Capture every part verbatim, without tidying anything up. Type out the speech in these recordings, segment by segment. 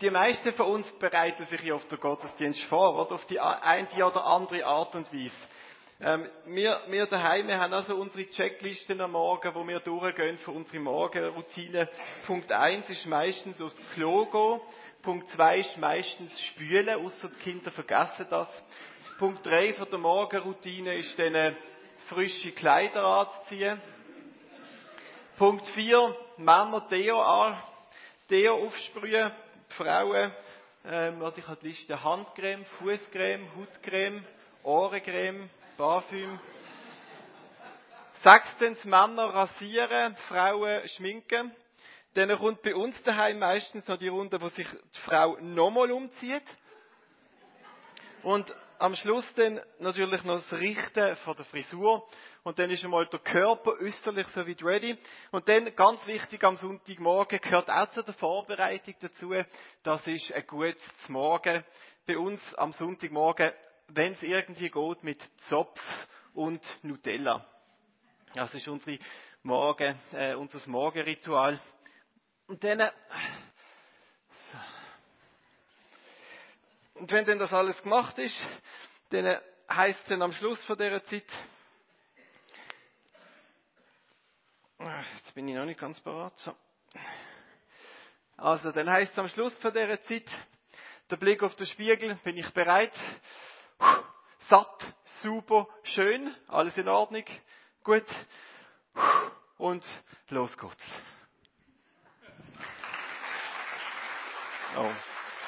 Die meisten von uns bereiten sich ja auf den Gottesdienst vor, oder auf die eine oder andere Art und Weise. Ähm, wir, wir daheim, wir haben also unsere Checklisten am Morgen, wo wir durchgehen für unsere Morgenroutine. Punkt eins ist meistens aufs Klo gehen. Punkt zwei ist meistens spülen, ausser die Kinder vergessen das. Punkt drei von der Morgenroutine ist dann frische Kleider anzuziehen. Punkt vier, Männer Deo an, Deo aufsprühen, Frauen, ähm, also ich habe die Liste Handcreme, Fußcreme, Hautcreme, Ohrencreme, Parfüm. Sechstens, Männer rasieren, Frauen schminken. Dann kommt bei uns daheim meistens noch die Runde, wo sich die Frau nochmal umzieht. Und am Schluss dann natürlich noch das Richten von der Frisur. Und dann ist einmal der Körper äußerlich so weit ready. Und dann, ganz wichtig, am Sonntagmorgen gehört auch zu der Vorbereitung dazu, das ist ein gutes Morgen. Bei uns am Sonntagmorgen, wenn es irgendwie geht, mit Zopf und Nutella. Das ist unsere Morgen, äh, unser Morgenritual. Und dann, äh, so. Und wenn dann das alles gemacht ist, dann heisst es dann am Schluss von dieser Zeit, jetzt bin ich noch nicht ganz parat, so. Also, dann heisst es am Schluss von dieser Zeit, der Blick auf den Spiegel, bin ich bereit? Satt, super, schön, alles in Ordnung, gut. Und los geht's. Oh.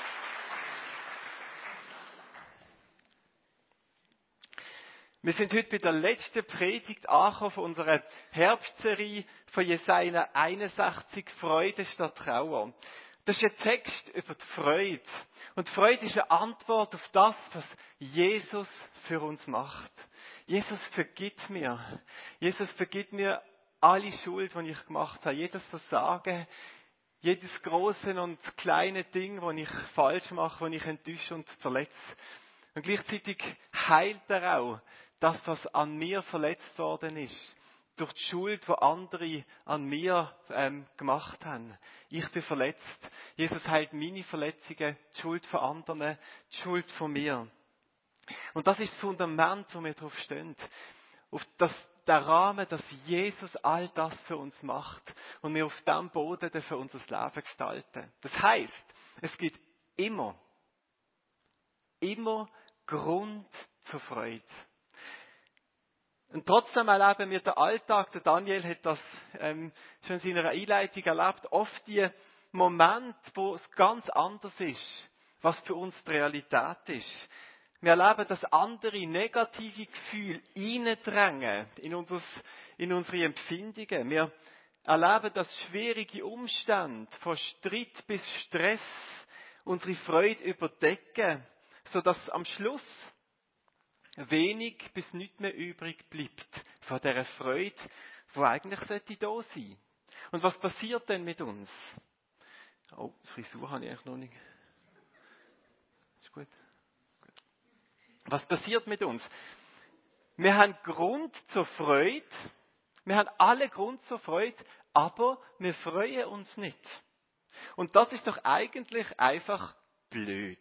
Wir sind heute bei der letzten Predigt angekommen von unserer Herbstserie von Jesaja einundsechzig, Freude statt Trauer. Das ist ein Text über die Freude. Und die Freude ist eine Antwort auf das, was Jesus für uns macht. Jesus vergibt mir. Jesus vergibt mir alle Schuld, die ich gemacht habe. Jedes Versagen, jedes große und kleine Ding, das ich falsch mache, das ich enttäusche und verletze. Und gleichzeitig heilt er auch das, was an mir verletzt worden ist. Durch die Schuld, die andere an mir ähm, gemacht haben. Ich bin verletzt. Jesus heilt meine Verletzungen, die Schuld von anderen, die Schuld von mir. Und das ist das Fundament, wo wir drauf stehen. Auf das, der Rahmen, dass Jesus all das für uns macht. Und wir auf diesem Boden für unser Leben gestalten. Das heisst, es gibt immer, immer Grund zur Freude. Und trotzdem erleben wir den Alltag, der Daniel hat das ähm, schon in seiner Einleitung erlebt, oft die Momente, wo es ganz anders ist, was für uns die Realität ist. Wir erleben, dass andere negative Gefühle hineindrängen in, unseres, in unsere Empfindungen. Wir erleben, dass schwierige Umstände, von Streit bis Stress, unsere Freude überdecken, sodass am Schluss wenig bis nichts mehr übrig bleibt von dieser Freude, die eigentlich sollte da sein. Und was passiert denn mit uns? Oh, die Frisur habe ich eigentlich noch nicht. Ist gut. Gut. Was passiert mit uns? Wir haben Grund zur Freude. Wir haben alle Grund zur Freude, aber wir freuen uns nicht. Und das ist doch eigentlich einfach blöd.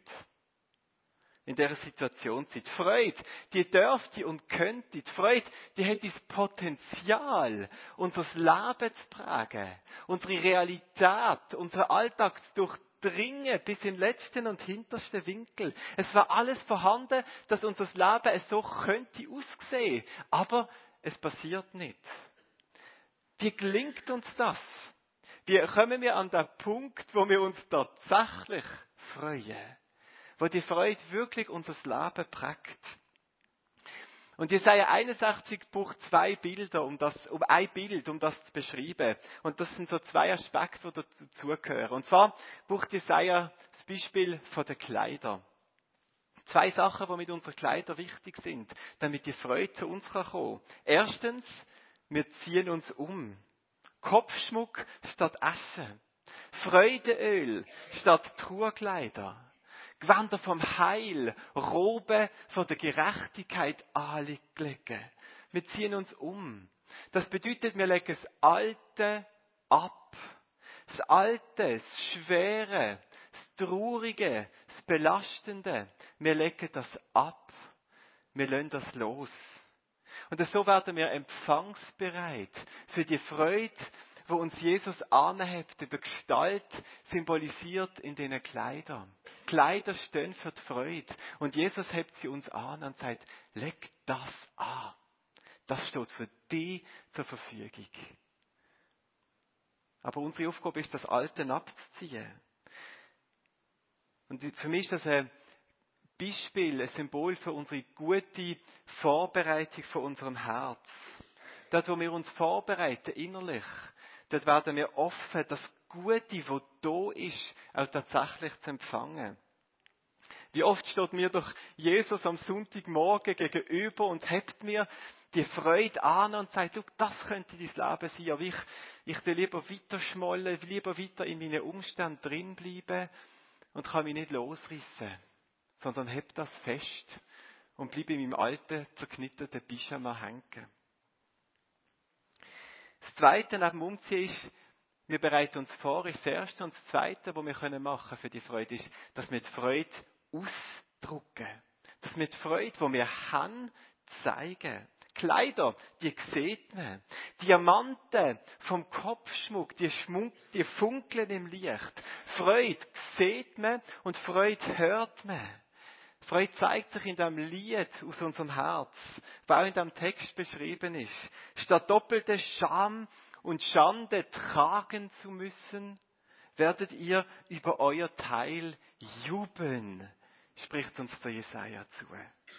In dieser Situation sind. Die Freude, die dürfte und könnte, die Freude, die hat das Potenzial, unser Leben zu prägen, unsere Realität, unseren Alltag zu durchdringen bis in den letzten und hintersten Winkel. Es war alles vorhanden, dass unser Leben so könnte aussehen, aber es passiert nicht. Wie gelingt uns das? Wie kommen wir an den Punkt, wo wir uns tatsächlich freuen? Wo die Freude wirklich unser Leben prägt. Und Jesaja einundsechzig braucht zwei Bilder, um das, um ein Bild, um das zu beschreiben. Und das sind so zwei Aspekte, die dazugehören. Und zwar braucht Jesaja das Beispiel von den Kleidern. Zwei Sachen, die mit unseren Kleidern wichtig sind, damit die Freude zu uns kommen kann. Erstens, wir ziehen uns um. Kopfschmuck statt Asche. Freudeöl statt Trauerkleider. Gewänder vom Heil, Robe von der Gerechtigkeit anlegen. Wir ziehen uns um. Das bedeutet, wir legen das Alte ab. Das Alte, das Schwere, das Traurige, das Belastende, wir legen das ab. Wir lassen das los. Und so werden wir empfangsbereit für die Freude, wo uns Jesus anhebt, in der Gestalt symbolisiert in diesen Kleidern. Kleider stehen für die Freude. Und Jesus hebt sie uns an und sagt, leg das an. Das steht für dich zur Verfügung. Aber unsere Aufgabe ist, das Alte abzuziehen. Und für mich ist das ein Beispiel, ein Symbol für unsere gute Vorbereitung von unserem Herz. Dort, wo wir uns vorbereiten, innerlich, dort werden wir offen, das Gute, was da ist, auch tatsächlich zu empfangen. Wie oft steht mir doch Jesus am Sonntagmorgen gegenüber und hebt mir die Freude an und sagt, du, das könnte dein Leben sein, aber ich, ich will lieber weiter schmollen, lieber weiter in meinen Umständen drinbleiben und kann mich nicht losreißen, sondern heb das fest und bleibe in meinem alten, zerknitteten Pyjama hängen. Das Zweite neben dem Umziehen ist, wir bereiten uns vor, ist das Erste. Und das Zweite, was wir machen können für die Freude, ist, dass wir die Freude ausdrucken. Dass wir die Freude, die wir haben, zeigen. Kleider, die sieht man. Diamanten vom Kopfschmuck, die, Schmuck, die funkeln im Licht. Freude sieht man und Freude hört man. Freude zeigt sich in dem Lied aus unserem Herz, was auch in dem Text beschrieben ist. Statt doppelte Scham und Schande tragen zu müssen, werdet ihr über euer Teil jubeln, spricht uns der Jesaja zu.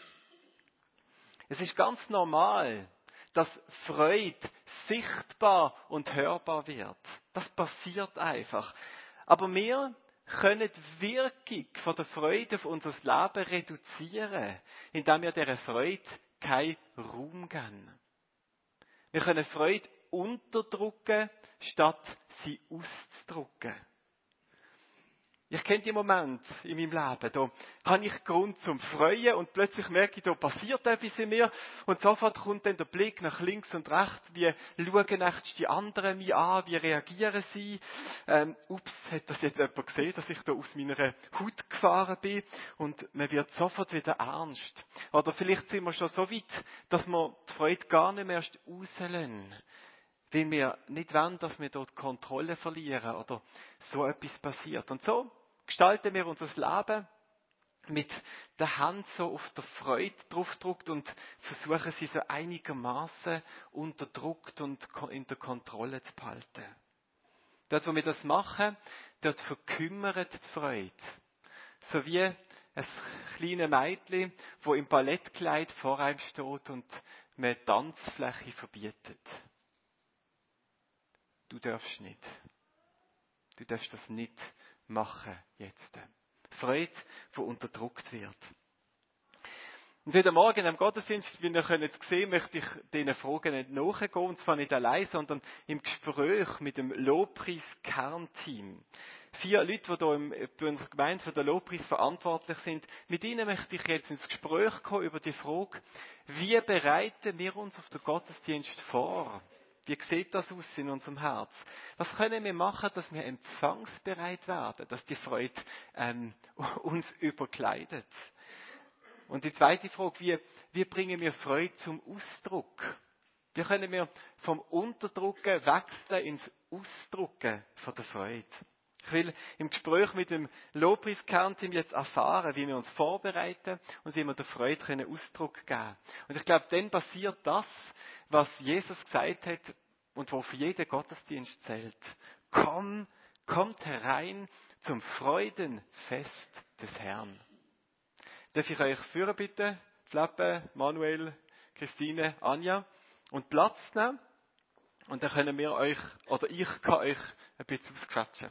Es ist ganz normal, dass Freude sichtbar und hörbar wird. Das passiert einfach. Aber wir können die Wirkung von der Freude auf unser Leben reduzieren, indem wir dieser Freude keinen Raum geben. Wir können Freude unterdrücken, statt sie auszudrücken. Ich kenne die Momente in meinem Leben, da habe ich Grund zum Freuen und plötzlich merke ich, da passiert etwas in mir und sofort kommt dann der Blick nach links und rechts, wie schauen echt die anderen mich an, wie reagieren sie. Ähm, ups, hat das jetzt jemand gesehen, dass ich da aus meiner Haut gefahren bin und man wird sofort wieder ernst. Oder vielleicht sind wir schon so weit, dass wir die Freude gar nicht mehr erst rauslassen. Weil wir nicht wollen, dass wir dort Kontrolle verlieren oder so etwas passiert. Und so gestalten wir unser Leben mit der Hand so auf der Freude draufgedruckt und versuchen sie so einigermaßen unterdrückt und in der Kontrolle zu behalten. Dort, wo wir das machen, dort verkümmert die Freude. So wie ein kleines Mädchen, das im Ballettkleid vor einem steht und eine Tanzfläche verbietet. Du darfst nicht. Du darfst das nicht machen jetzt. Freude, die unterdrückt wird. Und heute Morgen am Gottesdienst, wie ihr könnt sehen, möchte ich diesen Fragen nicht nachgehen, und zwar nicht allein, sondern im Gespräch mit dem Lobpreis-Kernteam. Vier Leute, die hier im, in unserer Gemeinde für den Lobpreis verantwortlich sind, mit ihnen möchte ich jetzt ins Gespräch kommen über die Frage, wie bereiten wir uns auf den Gottesdienst vor? Wie sieht das aus in unserem Herz? Was können wir machen, dass wir empfangsbereit werden, dass die Freude ähm, uns überkleidet? Und die zweite Frage, wie, wie bringen wir Freude zum Ausdruck? Wie können wir vom Unterdrücken wechseln ins Ausdrucken von der Freude? Ich will im Gespräch mit dem Lobpreiskernteam jetzt erfahren, wie wir uns vorbereiten und wie wir der Freude können Ausdruck geben können. Und ich glaube, dann passiert das, was Jesus gesagt hat und was für jeden Gottesdienst zählt. Komm, kommt herein zum Freudenfest des Herrn. Darf ich euch führen, bitte? Flappe, Manuel, Christine, Anja. Und Platz nehmen. Und dann können wir euch, oder ich kann euch ein bisschen ausquatschen.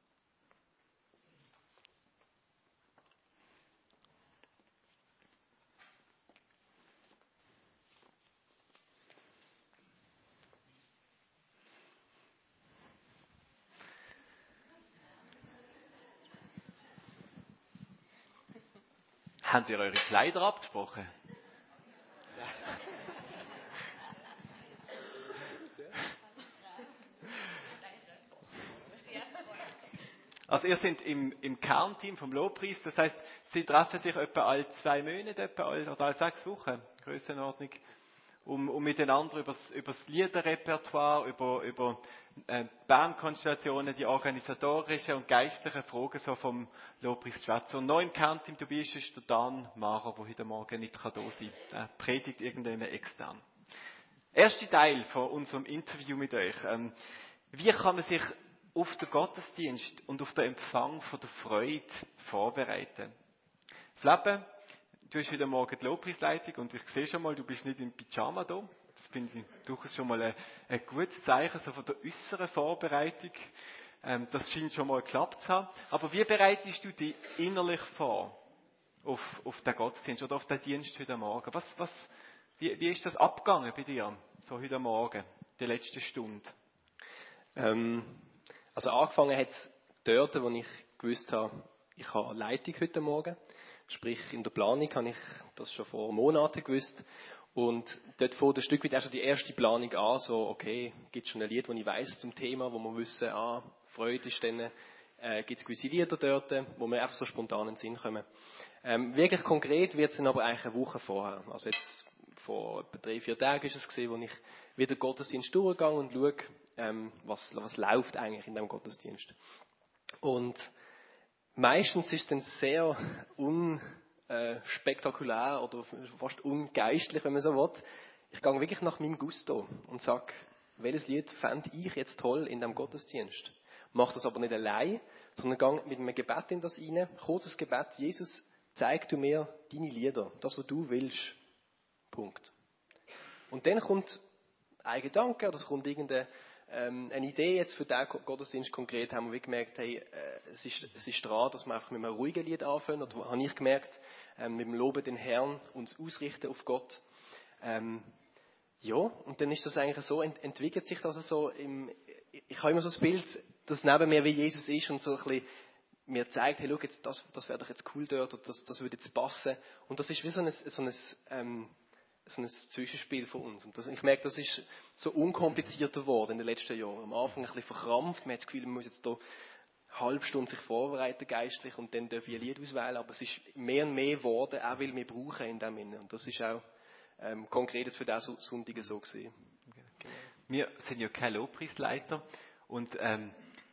Habt ihr eure Kleider abgesprochen? Also ihr seid im, im Kernteam vom Lobpreis, das heisst, sie treffen sich etwa alle zwei Monate, etwa alle, oder alle sechs Wochen, Grössenordnung, um, um miteinander über das, über das Liederrepertoire, über, über äh, Bandkonstellationen, die organisatorischen und geistlichen Fragen so vom Lobpreis zu schwätzen. Und noch im Kernteam dabei ist, ist der Dan Mara, der heute Morgen nicht da sein kann. Er predigt irgendjemand extern. Erster Teil von unserem Interview mit euch. Ähm, wie kann man sich auf den Gottesdienst und auf den Empfang von der Freude vorbereiten? Flabbe, du hast heute Morgen die Lobpreisleitung und ich sehe schon mal, du bist nicht im Pyjama da. Das finde ich durchaus schon mal ein, ein gutes Zeichen so von der äußeren Vorbereitung. Ähm, das scheint schon mal geklappt zu haben. Aber wie bereitest du dich innerlich vor auf, auf den Gottesdienst oder auf den Dienst heute Morgen? Was, was, wie, wie ist das abgegangen bei dir, so heute Morgen, die letzte Stunde? Ähm, also angefangen hat es dort, wo ich gewusst habe, ich habe eine Leitung heute Morgen. Sprich, in der Planung habe ich das schon vor Monaten gewusst. Und dort fängt ein Stück weit auch schon die erste Planung an, so, okay, gibt es schon ein Lied, das ich weiss zum Thema, wo wir wissen, ah, Freude ist dann, äh, gibt es gewisse Lieder dort, wo mir einfach so spontan in den Sinn kommen. Ähm, wirklich konkret wird es dann aber eigentlich eine Woche vorher. Also jetzt vor etwa drei, vier Tagen ist es gewesen, wo ich wieder Gottesdienst durchgehe und schaue, ähm, was, was läuft eigentlich in diesem Gottesdienst. Und meistens ist es dann sehr unspektakulär oder fast ungeistlich, wenn man so will. Ich gehe wirklich nach meinem Gusto und sage, welches Lied fände ich jetzt toll in diesem Gottesdienst. Mache das aber nicht allein, sondern gehe mit einem Gebet in das rein. Kurzes Gebet, Jesus, zeig du mir deine Lieder, das, was du willst. Punkt. Und dann kommt ein Gedanke oder es kommt irgendeine ähm, eine Idee jetzt für den Gottesdienst konkret, haben wir gemerkt, hey, äh, es ist, es ist dran, dass wir einfach mit einem ruhigen Lied anfangen. Oder habe ich gemerkt, ähm, mit dem Loben den Herrn uns ausrichten auf Gott. Ähm, ja, und dann ist das eigentlich so, ent- entwickelt sich das so im, ich habe immer so das Bild, dass neben mir wie Jesus ist und so ein bisschen mir zeigt, hey, schau, jetzt, das, das wäre doch jetzt cool dort, oder das, das würde jetzt passen. Und das ist wie so ein, so ein ähm, so ein Zwischenspiel von uns. Und das, ich merke, das ist so unkomplizierter geworden in den letzten Jahren. Am Anfang ein bisschen verkrampft. Man hat das Gefühl, man muss jetzt hier eine halbe Stunde sich vorbereiten geistlich und dann darf ich ein Lied auswählen. Aber es ist mehr und mehr geworden, auch weil wir brauchen in dem Innen. Und das ist auch ähm, konkret jetzt für diesen Sonntag so gesehen. Genau. Wir sind ja keine Lobpreisleiter und ähm,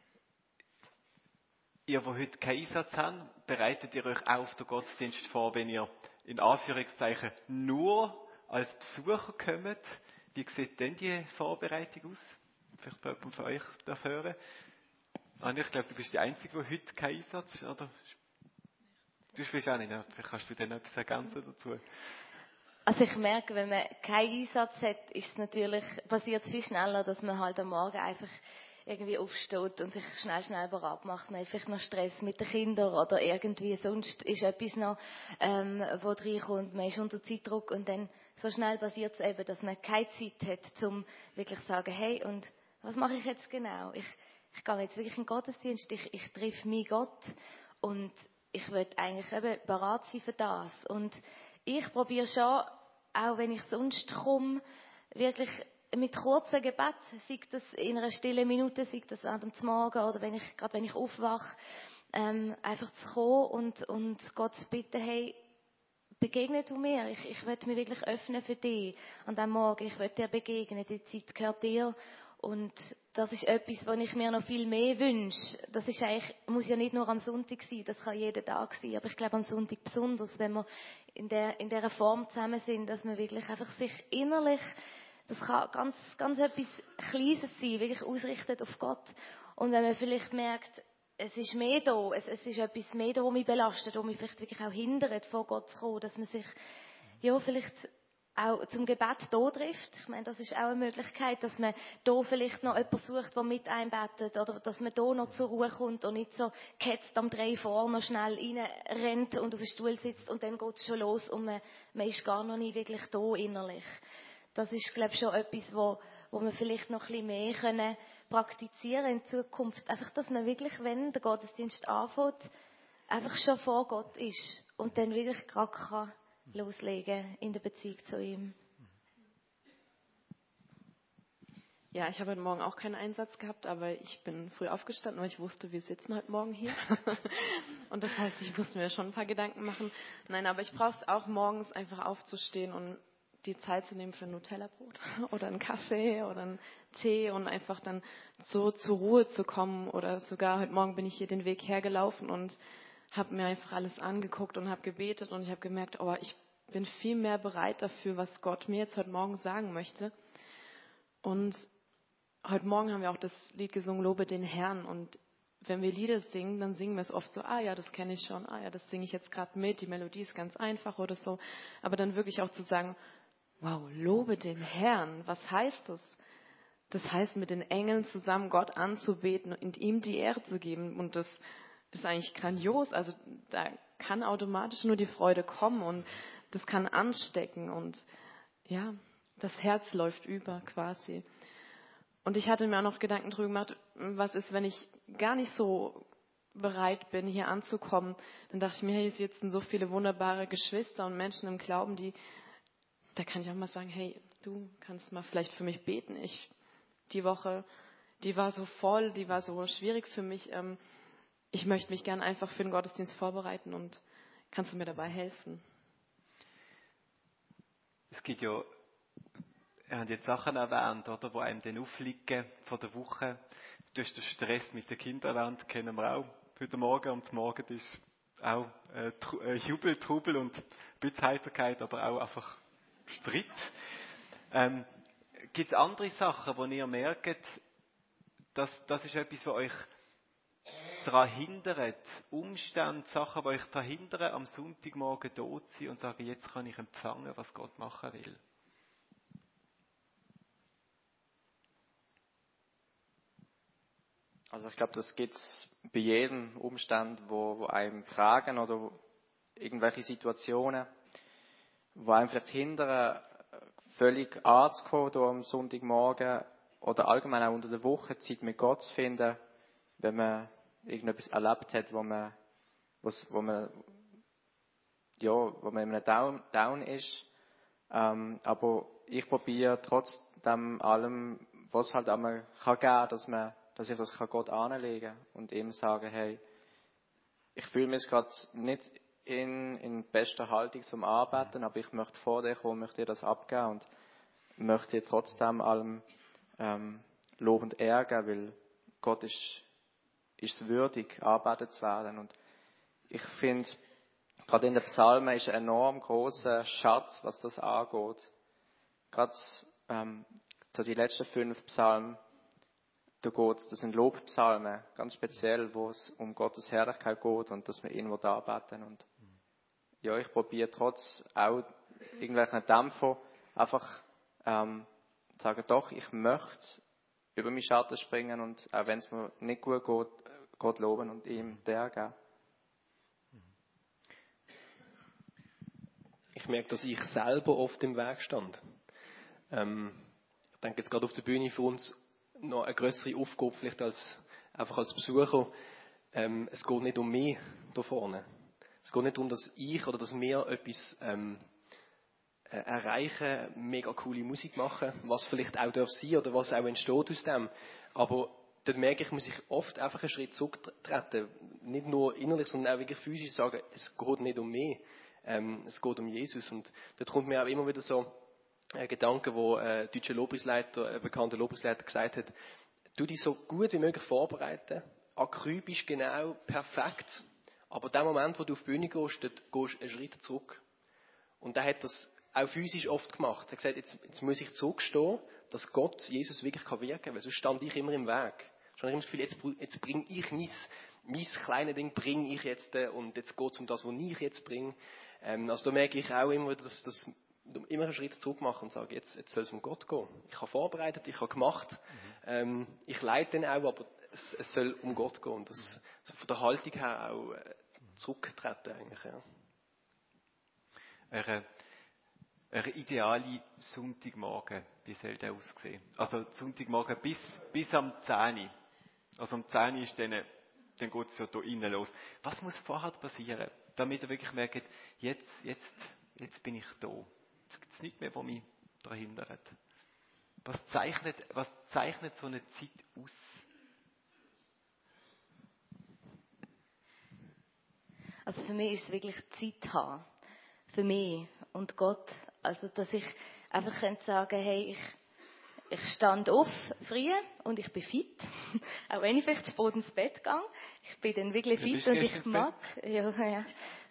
ihr, die heute keinen Einsatz habt, bereitet ihr euch auch auf den Gottesdienst vor, wenn ihr in Anführungszeichen nur als Besucher kommt. Wie sieht denn die Vorbereitung aus? Vielleicht bei jemandem von euch darf hören. Anja, ich glaube, du bist die Einzige, die heute keinen Einsatz hat, oder? Du spielst auch nicht, ne? Vielleicht kannst du dann etwas ergänzen dazu. Also ich merke, wenn man keinen Einsatz hat, ist es natürlich, passiert es viel schneller, dass man halt am Morgen einfach irgendwie aufsteht und sich schnell, schnell bereit macht. Man hat vielleicht noch Stress mit den Kindern oder irgendwie sonst ist etwas noch, ähm, wo reinkommt. Man ist unter Zeitdruck und dann so schnell passiert es eben, dass man keine Zeit hat, um wirklich zu sagen, hey, und was mache ich jetzt genau? Ich, ich gehe jetzt wirklich in den Gottesdienst, ich, ich treffe meinen Gott und ich will eigentlich eben bereit sein für das. Und ich probiere schon, auch wenn ich sonst komme, wirklich mit kurzen Gebet, sei das in einer stillen Minute, sei das während dem Morgen oder wenn ich, gerade wenn ich aufwache, ähm, einfach zu kommen und, und Gott zu bitten, hey, begegne du mir. Ich, ich will mich wirklich öffnen für dich an diesem Morgen. Ich will dir begegnen. Die Zeit gehört dir. Und das ist etwas, was ich mir noch viel mehr wünsche. Das ist eigentlich, muss ja nicht nur am Sonntag sein, das kann jeden Tag sein. Aber ich glaube am Sonntag besonders, wenn wir in der, in dieser Form zusammen sind, dass man wirklich einfach sich innerlich, das kann ganz, ganz etwas Kleines sein, wirklich ausrichtet auf Gott. Und wenn man vielleicht merkt, es ist mehr da, es, es ist etwas mehr da, was mich belastet, was mich vielleicht wirklich auch hindert, vor Gott zu kommen, dass man sich, ja, vielleicht auch zum Gebet da trifft. Ich meine, das ist auch eine Möglichkeit, dass man da vielleicht noch jemanden sucht, der mit einbettet, oder dass man da noch zur Ruhe kommt und nicht so gehetzt am drei vor noch schnell reinrennt und auf den Stuhl sitzt und dann geht es schon los und man, man ist gar noch nicht wirklich da innerlich. Das ist, glaube ich, schon etwas, wo, wo wir vielleicht noch ein bisschen mehr können praktizieren in Zukunft. Einfach, dass man wirklich, wenn der Gottesdienst anfängt, einfach schon vor Gott ist und dann wirklich gerade kann loslegen in der Beziehung zu ihm. Ja, ich habe heute Morgen auch keinen Einsatz gehabt, aber ich bin früh aufgestanden, weil ich wusste, wir sitzen heute Morgen hier. Und das heißt, ich musste mir schon ein paar Gedanken machen. Nein, aber ich brauche es auch morgens, einfach aufzustehen und die Zeit zu nehmen für ein Nutella-Brot oder einen Kaffee oder einen Tee und einfach dann so zur Ruhe zu kommen. Oder sogar heute Morgen bin ich hier den Weg hergelaufen und habe mir einfach alles angeguckt und habe gebetet und ich habe gemerkt, oh, ich bin viel mehr bereit dafür, was Gott mir jetzt heute Morgen sagen möchte. Und heute Morgen haben wir auch das Lied gesungen, Lobe den Herrn. Und wenn wir Lieder singen, dann singen wir es oft so, ah ja, das kenne ich schon, ah ja, das singe ich jetzt gerade mit, die Melodie ist ganz einfach oder so. Aber dann wirklich auch zu sagen, wow, lobe den Herrn, was heißt das? Das heißt, mit den Engeln zusammen Gott anzubeten und ihm die Ehre zu geben. Und das ist eigentlich grandios. Also da kann automatisch nur die Freude kommen und das kann anstecken. Und ja, das Herz läuft über quasi. Und ich hatte mir auch noch Gedanken drüber gemacht, was ist, wenn ich gar nicht so bereit bin, hier anzukommen. Dann dachte ich mir, hier sitzen so viele wunderbare Geschwister und Menschen im Glauben, die, da kann ich auch mal sagen, hey, du kannst mal vielleicht für mich beten. Ich, die Woche, die war so voll, die war so schwierig für mich. Ich möchte mich gern einfach für den Gottesdienst vorbereiten und kannst du mir dabei helfen? Es gibt ja, ihr habt jetzt Sachen erwähnt, oder, die einem dann aufliegen von der Woche. Du hast den Stress mit den Kindern erwähnt, kennen wir auch. Heute Morgen und Morgen ist auch äh, äh, Jubel, Trubel und ein bisschen Heiterkeit, aber auch einfach Streit. Ähm, gibt es andere Sachen, wo ihr merkt, dass das ist etwas, was euch daran hindert, Umstände, Sachen, die euch daran hindern, am Sonntagmorgen da zu sein und sagen, jetzt kann ich empfangen, was Gott machen will? Also ich glaube, das gibt es bei jedem Umstand, wo, wo einem fragen oder wo irgendwelche Situationen, wo einem vielleicht hindern, völlig anzukommen hier am Sonntagmorgen oder allgemein auch unter der Woche Zeit mit Gott zu finden, wenn man irgendetwas erlebt hat, wo man, wo man, ja, wo man in einem Down, Down ist. Ähm, aber ich probiere trotzdem allem, was halt einmal kann geben, dass man dass ich das Gott anlegen kann und ihm sagen, hey, ich fühle mich gerade nicht in, in bester Haltung zum Arbeiten, aber ich möchte vor dir kommen, möchte dir das abgeben und möchte dir trotzdem allem ähm, Lob und Ehre geben, weil Gott ist, ist es würdig, arbeitet zu werden. Und ich finde, gerade in den Psalmen ist ein enorm großer Schatz, was das angeht. Gerade ähm, so die letzten fünf Psalmen, da geht, das sind Lobpsalmen, ganz speziell, wo es um Gottes Herrlichkeit geht und dass wir ihn arbeiten. Und ja, ich probiere trotz auch irgendwelchen Dämpfer einfach ähm, zu sagen, doch, ich möchte über meinen Schatten springen und auch wenn es mir nicht gut geht, Gott loben und ihm der geben. Ich merke, dass ich selber oft im Weg stand. Ähm, ich denke jetzt gerade auf der Bühne für uns noch eine größere Aufgabe, vielleicht als, einfach als Besucher. Ähm, es geht nicht um mich da vorne. Es geht nicht darum, dass ich oder dass wir etwas ähm, äh, erreichen, mega coole Musik machen, was vielleicht auch darf sein oder was auch entsteht aus dem. Aber dort merke ich, muss ich oft einfach einen Schritt zurücktreten. Nicht nur innerlich, sondern auch wirklich physisch sagen, es geht nicht um mich. Ähm, es geht um Jesus. Und dort kommt mir auch immer wieder so ein Gedanke, wo ein deutscher Lobpreisleiter, ein bekannter Lobpreisleiter gesagt hat, tu dich so gut wie möglich vorbereiten, akribisch genau, perfekt, aber in dem Moment, wo du auf die Bühne gehst, dort gehst du einen Schritt zurück. Und er hat das auch physisch oft gemacht. Er hat gesagt, jetzt, jetzt muss ich zurückstehen, dass Gott, Jesus wirklich wirken kann, weil sonst stand ich immer im Weg. Schon immer das Gefühl, jetzt, jetzt bringe ich mein, mein kleines Ding, bringe ich jetzt, und jetzt geht es um das, was ich jetzt bringe. Ähm, also da merke ich auch immer, dass das immer einen Schritt zurück machen und sagen, jetzt, jetzt soll es um Gott gehen. Ich habe vorbereitet, ich habe gemacht, mhm. ähm, ich leite den auch, aber es, es soll um Gott gehen. Und das so von der Haltung her auch äh, zurücktreten eigentlich. Ja. Eine, eine ideale Sonntagmorgen, wie soll der aussehen? Also Sonntagmorgen bis, bis am zehn Uhr. Also am zehn Uhr ist dann, dann geht es ja da innen los. Was muss vorher passieren, damit ihr wirklich merkt, jetzt, jetzt, jetzt bin ich da. Jetzt gibt es nichts mehr, was mich daran hindert. Was zeichnet, was zeichnet so eine Zeit aus? Also für mich ist es wirklich Zeit haben. Für mich und Gott. Also, dass ich einfach könnte sagen, hey, ich, ich stand auf früh und ich bin fit. Auch wenn ich vielleicht spät ins Bett gehe. Ich bin dann wirklich Ja, fit und ich mag. Ja, ja.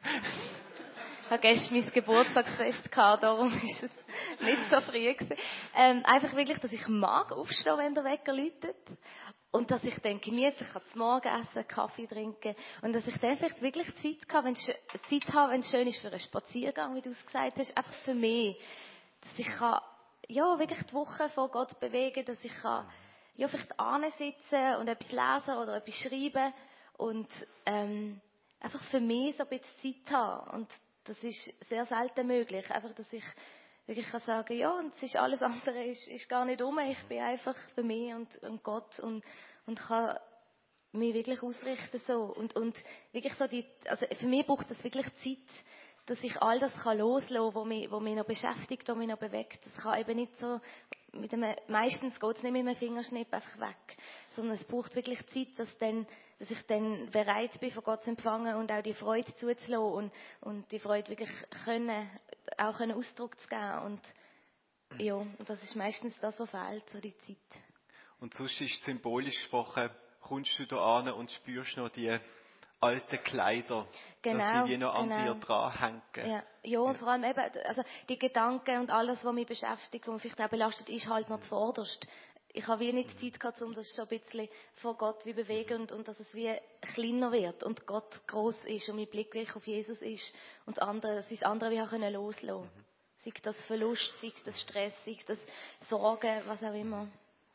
Ich habe gestern mein Geburtstagsfest gehabt, darum ist es nicht so früh gewesen. Ähm, einfach wirklich, dass ich mag aufstehen, wenn der Wecker läutet. Und dass ich dann gemütlich das Morgen essen, Kaffee trinken. Und dass ich dann vielleicht wirklich Zeit habe, wenn es, Zeit habe, wenn es schön ist für einen Spaziergang, wie du es gesagt hast. Einfach für mich. Dass ich kann, ja, wirklich die Woche vor Gott bewegen, dass ich kann, ja, vielleicht ansitzen und etwas lesen oder etwas schreiben. Und, ähm, einfach für mich so ein bisschen Zeit haben. Und das ist sehr selten möglich. Einfach, dass ich wirklich kann sagen, ja, und es ist alles andere ist, ist gar nicht um. Ich bin einfach für mich und, und Gott und, und kann mich wirklich ausrichten so. Und, und wirklich so die, also für mich braucht es wirklich Zeit, dass ich all das kann loslassen, was mich, was mich noch beschäftigt, was mich noch bewegt. Das kann eben nicht so, mit einem, meistens geht es nicht mit einem Fingerschnipp einfach weg, sondern es braucht wirklich Zeit, dass, dann, dass ich dann bereit bin, von Gott zu empfangen und auch die Freude zuzulassen und, und die Freude wirklich können, auch einen Ausdruck zu geben. Und ja, und das ist meistens das, was fehlt, so die Zeit. Und sonst ist symbolisch gesprochen, kommst du da an und spürst noch die alten Kleider, Genau, dass die noch an genau. dir dranhängen. Ja, ja, und vor allem eben, also die Gedanken und alles, was mich beschäftigt, was mich vielleicht auch belastet, ist halt noch zuvorderst. Ich habe wie nicht Zeit gehabt, um das schon ein bisschen vor Gott wie bewegen und, und dass es wie kleiner wird und Gott groß ist und mein Blick wirklich auf Jesus ist und das andere, dass ich das andere wie auch können loslassen. Mhm. Sei das Verlust, sei das Stress, sei das Sorgen, was auch immer.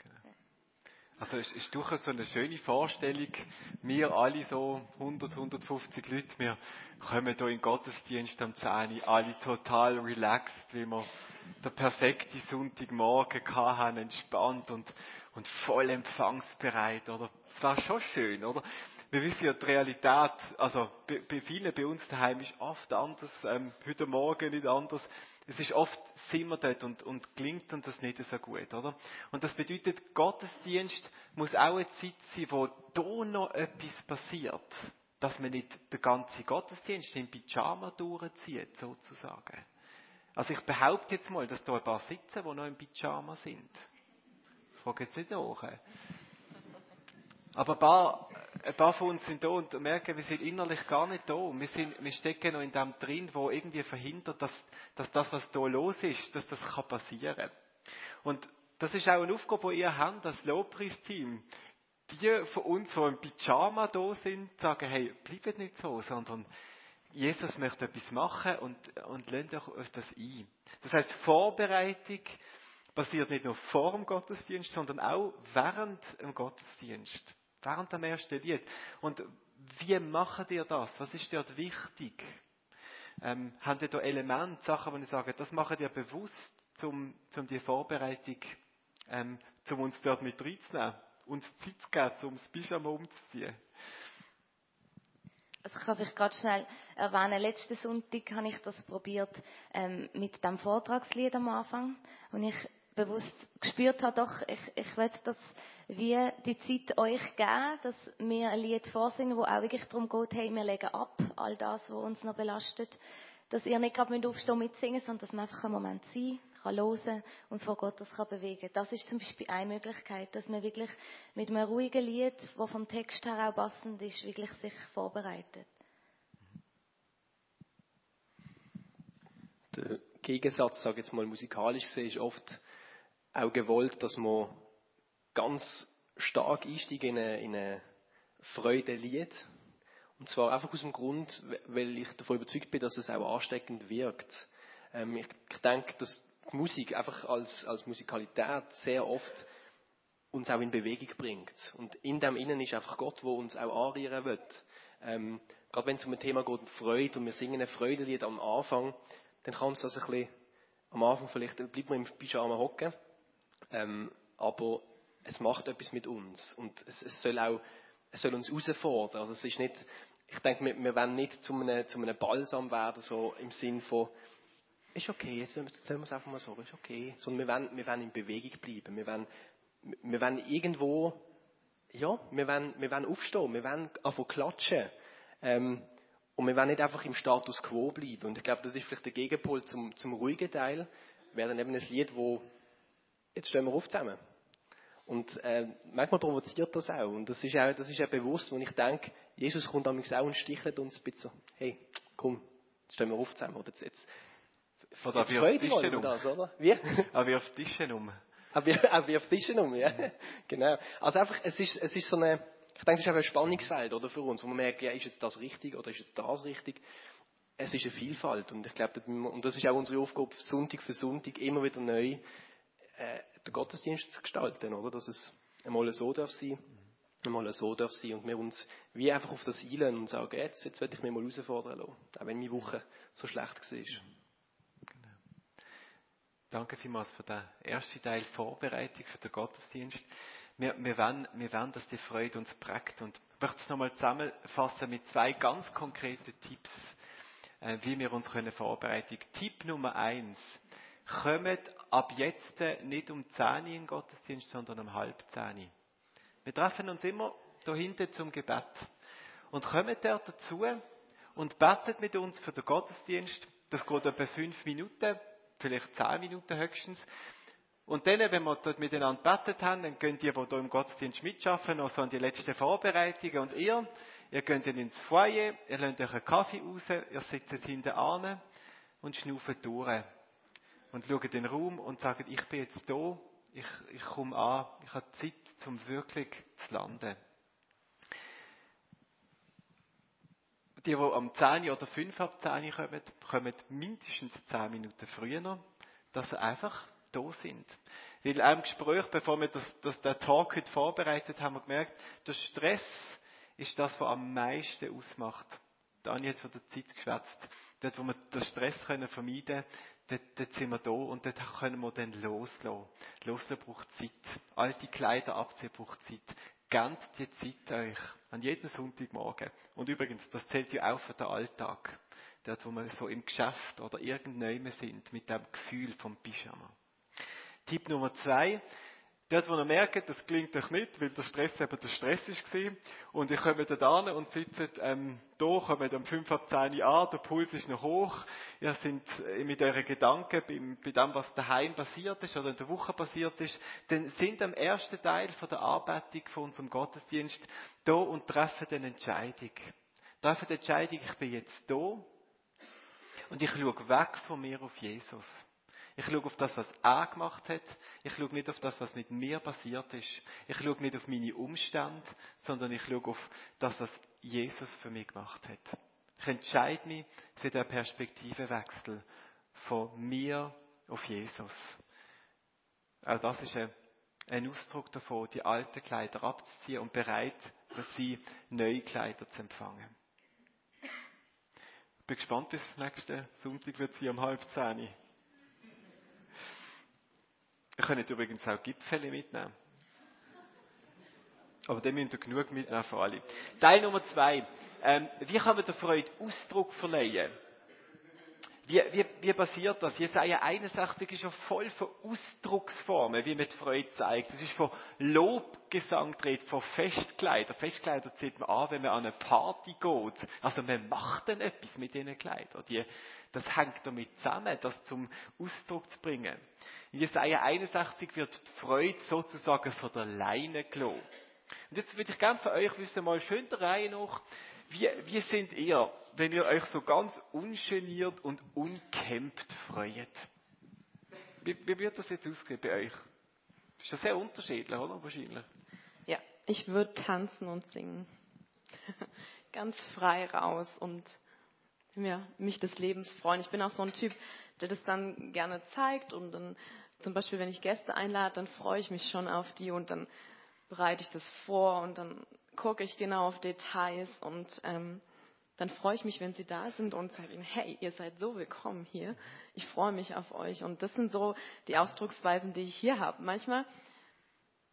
Also es ist durchaus so eine schöne Vorstellung. Wir alle so hundert, hundertfünfzig Leute, wir kommen hier in den Gottesdienst am zehn Uhr, alle total relaxed, wie wir den perfekten Sonntagmorgen hatten, entspannt und, und voll empfangsbereit, oder? Das war schon schön, oder? Wir wissen ja, die Realität, also bei, bei vielen bei uns daheim ist oft anders, ähm, heute Morgen nicht anders. Es ist oft, sind wir dort und, und klingt uns das nicht so gut, oder? Und das bedeutet, Gottesdienst muss auch eine Zeit sein, wo da noch etwas passiert. Dass man nicht den ganzen Gottesdienst in Pyjama durchzieht, sozusagen. Also ich behaupte jetzt mal, dass da ein paar sitzen, die noch in Pyjama sind. Ich frage jetzt nicht nach. Aber ein paar, ein paar von uns sind da und merken, wir sind innerlich gar nicht da. Wir, sind, wir stecken noch in dem drin, wo irgendwie verhindert, dass, dass das, was da los ist, dass das kann passieren. Und das ist auch eine Aufgabe, die ihr habt, das Lobpreisteam. Die von uns, die im Pyjama da sind, sagen, hey, bleibt nicht so, sondern Jesus möchte etwas machen und, und lasst euch auf das ein. Das heisst, Vorbereitung passiert nicht nur vor dem Gottesdienst, sondern auch während dem Gottesdienst. Während dem ersten Lied. Und wie macht ihr das? Was ist dort wichtig? Ähm, habt ihr da Elemente, Sachen, wo ihr sagt, das macht ihr bewusst, um, um die Vorbereitung, ähm, um uns dort mit reinzunehmen? Uns Zeit zu geben, um das Pyjama umzuziehen? Also ich kann vielleicht gerade schnell erwähnen, letzten Sonntag habe ich das probiert ähm, mit dem Vortragslied am Anfang. Und ich bewusst gespürt habe, doch, ich, ich will das wie die Zeit euch geben, dass wir ein Lied vorsingen, wo auch wirklich darum geht, hey, wir legen ab all das, was uns noch belastet. Dass ihr nicht gerade aufstehen und mitsingen, sondern dass man einfach einen Moment sein kann, hören und vor Gott das kann bewegen. Das ist zum Beispiel eine Möglichkeit, dass man wirklich mit einem ruhigen Lied, das vom Text her auch passend ist, wirklich sich vorbereitet. Der Gegensatz, sage ich jetzt mal musikalisch gesehen, ist oft auch gewollt, dass man ganz stark einsteigt in eine, in eine Freude-Lied. Und zwar einfach aus dem Grund, weil ich davon überzeugt bin, dass es auch ansteckend wirkt. Ähm, ich denke, dass die Musik einfach als, als Musikalität sehr oft uns auch in Bewegung bringt. Und in dem Innen ist einfach Gott, der uns auch anrühren will. Ähm, gerade wenn es um ein Thema geht, Freude, und wir singen ein Freudenlied am Anfang, dann kann uns das ein bisschen, am Anfang vielleicht, bleibt man im Pyjama hocken, ähm, aber es macht etwas mit uns. Und es, es soll auch, es soll uns herausfordern. Also es ist nicht, ich denke, wir, wir wollen nicht zu einem, zu einem Balsam werden, so im Sinn von, ist okay, jetzt sagen wir es einfach mal so, ist okay. Sondern wir wollen, wir wollen in Bewegung bleiben. Wir wollen, wir wollen irgendwo, ja, wir wollen, wir wollen aufstehen, wir wollen anfangen klatschen. Ähm, und wir wollen nicht einfach im Status quo bleiben. Und ich glaube, das ist vielleicht der Gegenpol zum, zum ruhigen Teil. Wäre dann eben ein Lied, wo, jetzt stehen wir auf zusammen. Und äh, manchmal provoziert das auch. Und das ist auch, das ist auch bewusst, wenn ich denke, Jesus kommt damals auch und stichelt uns ein bisschen so, hey, komm, jetzt stehen wir auf zusammen. Oder jetzt, jetzt, Von jetzt der freut ihr euch über das, oder? Wie? Aber wie auf Tischen um. Auch wie, auch wie auf Tischen um, ja. Genau. Also einfach, es ist, es ist so eine, ich denke, es ist einfach ein Spannungsfeld, oder, für uns, wo man merkt, ja, ist jetzt das richtig oder ist jetzt das richtig? Es ist eine Vielfalt. Und ich glaube, und das ist auch unsere Aufgabe, Sonntag für Sonntag immer wieder neu, äh, den Gottesdienst zu gestalten, oder? Dass es einmal so darf sein, einmal so darf sein und wir uns wie einfach auf das einlösen und sagen, jetzt, jetzt will ich mich mal herausfordern lassen, auch wenn meine Woche so schlecht war. Genau. Danke vielmals für den ersten Teil Vorbereitung für den Gottesdienst. Wir, wir, wollen, wir wollen, dass die Freude uns prägt. Und ich möchte es nochmal zusammenfassen mit zwei ganz konkreten Tipps, äh, wie wir uns können vorbereiten können. Tipp Nummer eins. Kommt ab jetzt nicht um zehn Uhr in den Gottesdienst, sondern um halb zehn. Wir treffen uns immer da hinten zum Gebet. Und kommt dort dazu und betet mit uns für den Gottesdienst. Das geht etwa fünf Minuten, vielleicht zehn Minuten höchstens. Und dann, wenn wir dort miteinander gebetet haben, dann gehen die, die hier im Gottesdienst mitschaffen, noch so an die letzten Vorbereitungen. Und ihr, ihr geht dann ins Foyer, ihr lasst euch einen Kaffee raus, ihr sitzt hinten an und schnauft durch. Und schaut in den Raum und sagt, ich bin jetzt da, ich, ich komme an, ich habe Zeit, um wirklich zu landen. Die, die am zehn oder fünf ab zehn kommen, kommen mindestens zehn Minuten früher, dass sie einfach da sind. Weil auch im Gespräch, bevor wir das, das, den Talk heute vorbereitet haben, haben wir gemerkt, der Stress ist das, was am meisten ausmacht. Daniel hat von der Zeit geschwätzt. Dort, wo wir den Stress können vermeiden können, dort, dort sind wir da und dort können wir dann loslassen. Loslassen braucht Zeit. Alte Kleider abziehen braucht Zeit. Gebt die Zeit euch. An jedem Sonntagmorgen. Und übrigens, das zählt ja auch für den Alltag. Dort, wo wir so im Geschäft oder irgendwann sind, mit dem Gefühl vom Pyjama. Tipp Nummer zwei. Dort, wo ihr merkt, das klingt euch nicht, weil der Stress eben der Stress war. Und ihr kommt da hin und sitzt ähm, da, kommt um fünf ab zehn an, der Puls ist noch hoch. Ihr seid mit euren Gedanken bei, bei dem, was daheim passiert ist oder in der Woche passiert ist. Dann sind am ersten Teil von der Anbetung von unserem Gottesdienst da und treffen eine Entscheidung. Treffen die Entscheidung, ich bin jetzt da und ich schaue weg von mir auf Jesus. Ich schaue auf das, was er gemacht hat. Ich schaue nicht auf das, was mit mir passiert ist. Ich schaue nicht auf meine Umstände, sondern ich schaue auf das, was Jesus für mich gemacht hat. Ich entscheide mich für den Perspektivenwechsel von mir auf Jesus. Auch das ist ein, ein Ausdruck davon, die alten Kleider abzuziehen und bereit für sie, neue Kleider zu empfangen. Ich bin gespannt, bis nächsten Sonntag wird sie um halb zehn. Ihr könnt übrigens auch Gipfeli mitnehmen. Aber dann müsst ihr genug mitnehmen für alle. Teil Nummer zwei. Ähm, wie kann man der Freude Ausdruck verleihen? Wie, wie, wie passiert das? Jesaja einundsechzig ist ja voll von Ausdrucksformen, wie man die Freude zeigt. Es ist von Lobgesang dreht, von Festkleidern. Festkleider zieht man an, wenn man an eine Party geht. Also man macht dann etwas mit diesen Kleidern. Die, das hängt damit zusammen, das zum Ausdruck zu bringen. In Jesaja einundsechzig wird die Freude sozusagen von der Leine gelassen. Und jetzt würde ich gerne von euch wissen, mal schön der Reihe nach, wie, wie sind ihr, wenn ihr euch so ganz ungeniert und unkämpft freut? Wie, wie wird das jetzt ausgehen bei euch? Das ist ja sehr unterschiedlich, oder? Wahrscheinlich. Ja, ich würde tanzen und singen. Ganz frei raus und ja, mich des Lebens freuen. Ich bin auch so ein Typ, der das dann gerne zeigt und dann zum Beispiel, wenn ich Gäste einlade, dann freue ich mich schon auf die und dann bereite ich das vor und dann gucke ich genau auf Details und ähm, dann freue ich mich, wenn sie da sind und sage ihnen, hey, ihr seid so willkommen hier. Ich freue mich auf euch. Und das sind so die Ausdrucksweisen, die ich hier habe. Manchmal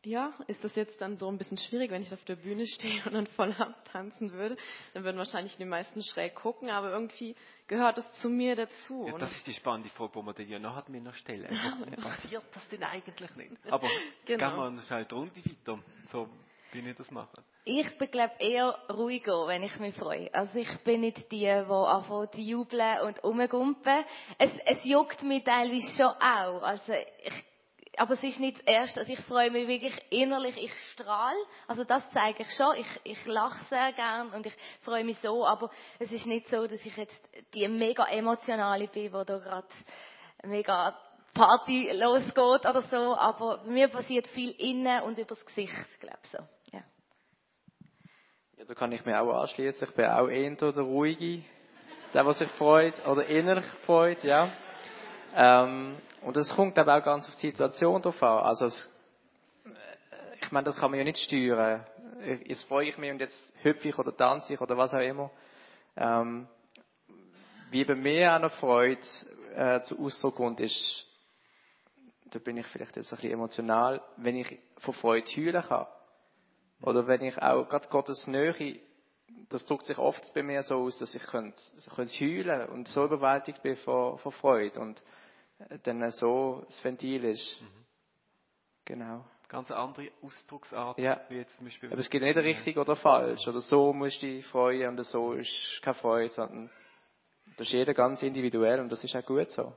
Ja, ist das jetzt dann so ein bisschen schwierig, wenn ich auf der Bühne stehe und dann voll abtanzen würde? Dann würden wahrscheinlich die meisten schräg gucken, aber irgendwie gehört es zu mir dazu. Ja, das ist die spannende Frage, die man dir noch hat mir noch stellen. Warum passiert das denn eigentlich nicht? Aber Genau. gehen wir eine schnell die Runde weiter, so wie ich das mache. Ich bin, glaube eher ruhiger, wenn ich mich freue. Also ich bin nicht die, die anfängt zu jubeln und rumgumpen. Es, es juckt mich teilweise schon auch. Also ich, aber es ist nicht das Erste. Also ich freue mich wirklich innerlich, ich strahle. Also das zeige ich schon. Ich, ich lache sehr gern und ich freue mich so. Aber es ist nicht so, dass ich jetzt die mega emotionale bin, wo da gerade mega Party losgeht oder so. Aber bei mir passiert viel innen und übers Gesicht, glaube ich so. Ja. Ja, da kann ich mir auch anschließen. Ich bin auch eher der Ruhige, der, was sich freut oder innerlich freut, ja. Ähm, und es kommt aber auch ganz auf die Situation drauf an. Also es, ich meine, das kann man ja nicht steuern. Jetzt freue ich mich und jetzt hüpfe ich oder tanze ich oder was auch immer. Ähm, wie bei mir auch noch Freude äh, zu Ausdruck kommt, ist, da bin ich vielleicht jetzt ein bisschen emotional, wenn ich von Freude heulen kann. Oder wenn ich auch, gerade Gottes Nähe, das drückt sich oft bei mir so aus, dass ich könnte, könnte heulen und so überwältigt bin von, von Freude und dann so das Ventil ist. Mhm. Genau. Ganz eine andere Ausdrucksart, ja. Wie jetzt zum Beispiel. Aber es gibt nicht richtig oder falsch. Oder so musst du dich freuen und so ist keine Freude, sondern das ist jeder ganz individuell und das ist auch gut so.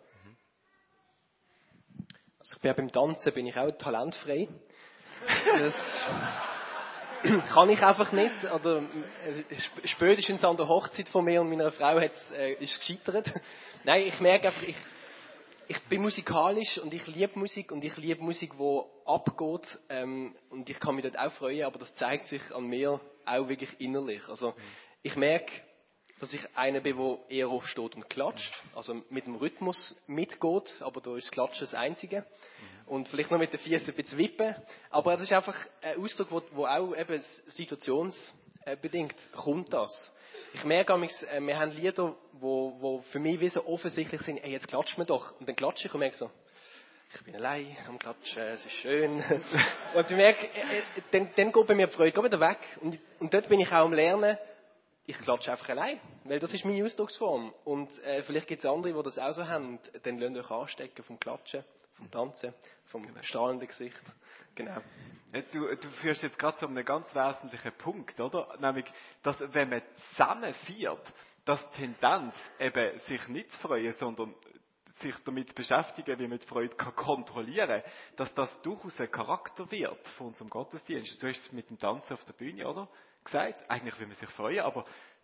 Also ich bin beim Tanzen bin ich auch talentfrei. Das kann ich einfach nicht. Oder spätestens an der Hochzeit von mir und meiner Frau hat's, äh, ist gescheitert. Nein, ich merke einfach, ich, ich bin musikalisch und ich liebe Musik und ich liebe Musik, die abgeht. Ähm, und ich kann mich dort auch freuen, aber das zeigt sich an mir auch wirklich innerlich. Also ich merke, dass ich einer bin, der eher aufsteht und klatscht. Also mit dem Rhythmus mitgeht, aber da ist das Klatschen das Einzige. Und vielleicht noch mit den Füßen ein bisschen wippen. Aber es ist einfach ein Ausdruck, wo, wo auch eben situationsbedingt kommt das. Ich merke manchmal, wir haben Lieder, wo, wo für mich wie so offensichtlich sind, ey, jetzt klatscht man doch. Und dann klatsche ich und merke so, ich bin allein am Klatschen, es ist schön. Und ich merke, dann, dann geht bei mir die Freude wieder weg. Und, und dort bin ich auch am Lernen, ich klatsche einfach allein, weil das ist meine Ausdrucksform. Und äh, vielleicht gibt es andere, die das auch so haben. Und dann lasst euch anstecken vom Klatschen, vom Tanzen, vom genau. strahlenden Gesicht. Genau. Du, du führst jetzt gerade zu einem ganz wesentlichen Punkt, oder? Nämlich, dass wenn man zusammen feiert, dass die Tendenz eben sich nicht zu freuen, sondern sich damit zu beschäftigen, wie man die Freude kann kontrollieren kann, dass das durchaus ein Charakter wird von unserem Gottesdienst. Du hast es mit dem Tanzen auf der Bühne, oder? Gesagt. Eigentlich will man sich freuen, aber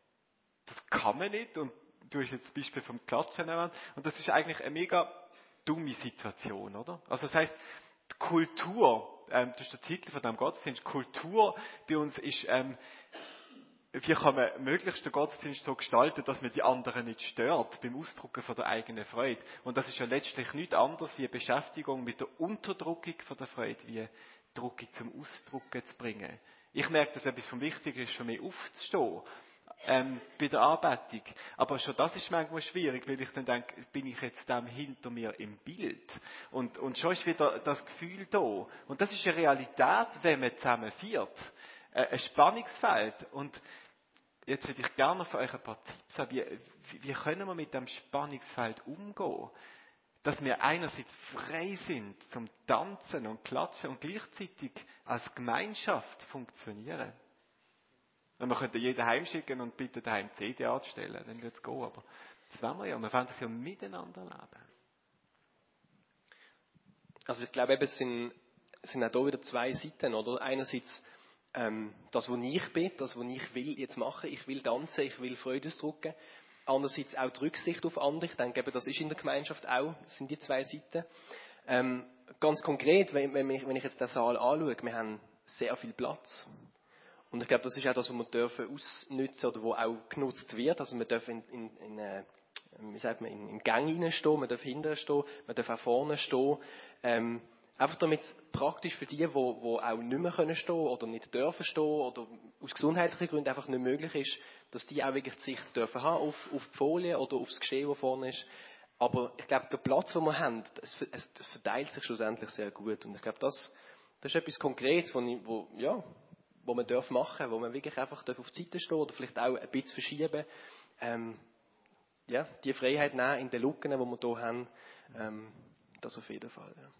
das kann man nicht. Und du hast jetzt das Beispiel vom Klatschen erwähnt. Und das ist eigentlich eine mega dumme Situation, oder? Also das heisst, die Kultur, ähm, das ist der Titel von diesem Gottesdienst, Kultur bei uns ist, ähm, wie kann man möglichst den Gottesdienst so gestalten, dass man die anderen nicht stört beim Ausdrücken von der eigenen Freude. Und das ist ja letztlich nichts anderes wie eine Beschäftigung mit der Unterdrückung von der Freude, wie Druckung zum Ausdrucken zu bringen. Ich merke, dass etwas vom Wichtigen ist, für mich aufzustehen. Ähm, bei der Anbetung. Aber schon das ist manchmal schwierig, weil ich dann denke, bin ich jetzt dem hinter mir im Bild? Und, und schon ist wieder das Gefühl da. Und das ist eine Realität, wenn man zusammen feiert. Äh, ein Spannungsfeld. Und jetzt würde ich gerne von euch ein paar Tipps haben. Wie, wie können wir mit dem Spannungsfeld umgehen? Dass wir einerseits frei sind zum Tanzen und Klatschen und gleichzeitig als Gemeinschaft funktionieren. Und wir könnten jeden heimschicken und bitten, daheim C D anzustellen, dann würde es gehen. Aber das wollen wir ja. Wir wollen das ja miteinander leben. Also ich glaube, eben, es sind, es sind auch da wieder zwei Seiten, oder? Einerseits ähm, das, was ich bin, das, was ich will jetzt machen. Ich will tanzen, ich will Freude ausdrücken. Andererseits auch die Rücksicht auf andere. Ich denke, eben, das ist in der Gemeinschaft auch. Das sind die zwei Seiten. Ähm, ganz konkret, wenn, wenn, ich, wenn ich jetzt den Saal anschaue, wir haben sehr viel Platz. Und ich glaube, das ist auch das, was wir dürfen ausnutzen oder wo auch genutzt wird. Also wir dürfen in, in, in, äh, wie sagt man, in, in Gang hineinstehen, man darf hinten stehen, man darf auch vorne stehen. Ähm, einfach damit es praktisch für die, die, die auch nicht mehr können stehen oder nicht dürfen stehen oder aus gesundheitlichen Gründen einfach nicht möglich ist, dass die auch wirklich die Sicht dürfen haben auf, auf die Folie oder auf das Geschehen, das vorne ist. Aber ich glaube, der Platz, den wir haben, das, es, das verteilt sich schlussendlich sehr gut. Und ich glaube, das Das ist etwas Konkretes, wo, ich, wo, ja, wo man darf machen, wo man wirklich einfach auf die Seite stehen oder vielleicht auch ein bisschen verschieben. Ähm, ja, die Freiheit nehmen in den Lücken, die wir hier haben, ähm, das auf jeden Fall. Ja.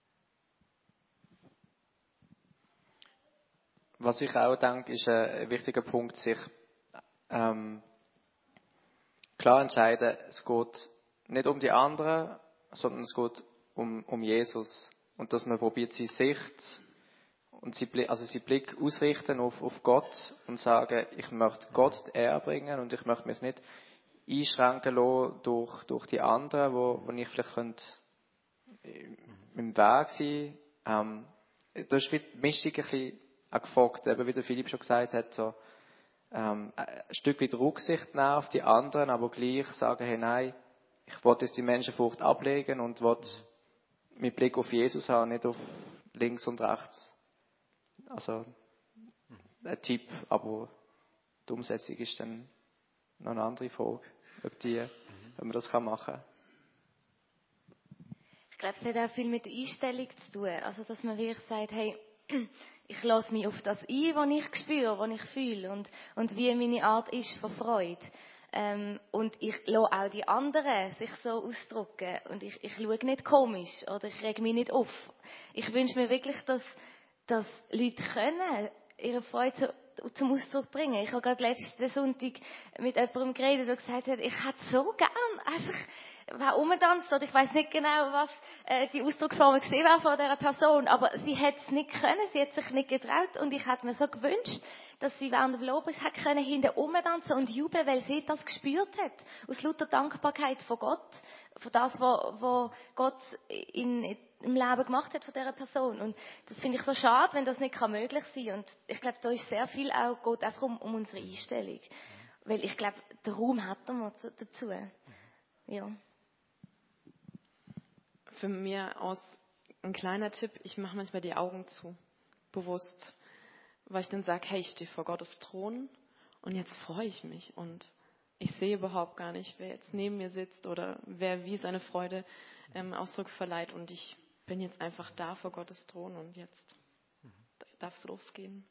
Was ich auch denke, ist ein wichtiger Punkt, sich ähm, klar entscheiden, es geht nicht um die anderen, sondern es geht um, um Jesus. Und dass man probiert, seine Sicht und sie, also seinen Blick ausrichten auf, auf Gott und sagen, ich möchte Gott die Ehre bringen und ich möchte mich nicht einschränken lassen durch, durch die anderen, wo, wo ich vielleicht könnte im Weg sein. Ähm, da ist die Mischung ein bisschen auch gefragt, eben wie der Philipp schon gesagt hat, so, ähm, ein Stück weit Rücksicht nehmen auf die anderen, aber gleich sagen, hey, nein, ich will jetzt die Menschenfurcht ablegen und will mit Blick auf Jesus haben, nicht auf links und rechts. Also ein Tipp, aber die Umsetzung ist dann noch eine andere Frage, ob, die, ob man das machen kann. Ich glaube, es hat auch viel mit der Einstellung zu tun. Also, dass man wirklich sagt, hey, ich lasse mich auf das ein, was ich spüre, was ich fühle und, und wie meine Art ist von Freude. Ähm, und ich lasse auch die anderen sich so ausdrücken. Und ich, ich schaue nicht komisch oder ich reg mich nicht auf. Ich wünsche mir wirklich, dass, dass Leute können ihre Freude zu, zum Ausdruck bringen. Ich habe gerade letzten Sonntag mit jemandem geredet, der gesagt hat, ich hätte so gern einfach wer rumtanzt, oder ich weiß nicht genau, was äh, die Ausdrucksform gesehen war von dieser Person, aber sie hat es nicht können, sie hat sich nicht getraut und ich hätte mir so gewünscht, dass sie während dem Lobpreis hat können hinten rumtanzen und jubeln, weil sie das gespürt hat, aus lauter Dankbarkeit von Gott, von das, was, was Gott in, im Leben gemacht hat von dieser Person. Und das finde ich so schade, wenn das nicht kann möglich sein kann. Und ich glaube, da ist sehr viel auch, geht einfach um, um unsere Einstellung. Weil ich glaube, den Raum hat man dazu. Ja. Für mir aus ein kleiner Tipp, ich mache manchmal die Augen zu, bewusst, weil ich dann sage, hey, ich stehe vor Gottes Thron und jetzt freue ich mich und ich sehe überhaupt gar nicht, wer jetzt neben mir sitzt oder wer wie seine Freude ähm, Ausdruck verleiht und ich bin jetzt einfach da vor Gottes Thron und jetzt darf es losgehen.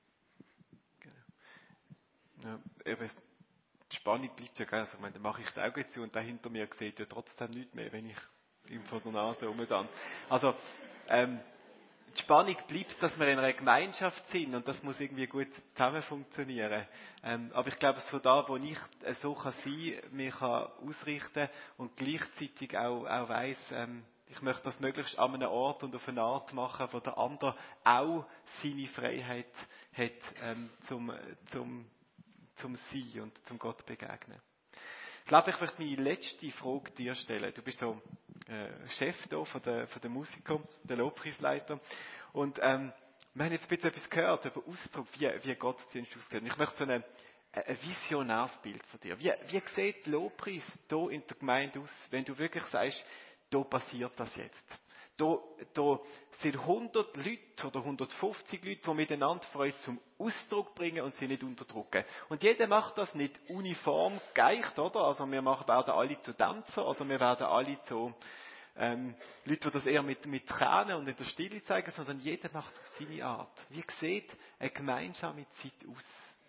Ja, eben, die Spannung bleibt ja, gell? Also, ich meine, dann mache ich die Augen zu und der hinter mir sieht ja trotzdem nichts mehr, wenn ich ihm vor der Nase rumtanze. Also, ähm, die Spannung bleibt, dass wir in einer Gemeinschaft sind und das muss irgendwie gut zusammen funktionieren. Ähm, aber ich glaube, von da, wo ich so kann sein, mich kann ausrichten und gleichzeitig auch, auch weiss, ähm, ich möchte das möglichst an einem Ort und auf eine Art machen, wo der andere auch seine Freiheit hat, ähm, zum, zum, zum Sein und zum Gott begegnen. Ich glaube, ich möchte meine letzte Frage dir stellen. Du bist so äh, Chef hier von der, von der Musiker, der Lobpreisleiter. Und ähm, wir haben jetzt ein bisschen etwas gehört über Ausdruck, wie, wie Gottesdienst aussieht. Ich möchte so eine, ein visionäres Bild von dir. Wie, wie sieht Lobpreis hier in der Gemeinde aus, wenn du wirklich sagst, da passiert das jetzt? Da, da sind hundert Leute oder hundertfünfzig Leute, die miteinander Freude zum Ausdruck bringen und sie nicht unterdrücken. Und jeder macht das nicht uniform gleich, oder? Also wir machen, werden alle zu Tänzer oder wir werden alle zu ähm, Leute, die das eher mit, mit Tränen und in der Stille zeigen, sondern jeder macht auf seine Art. Wie sieht eine gemeinsame Zeit aus?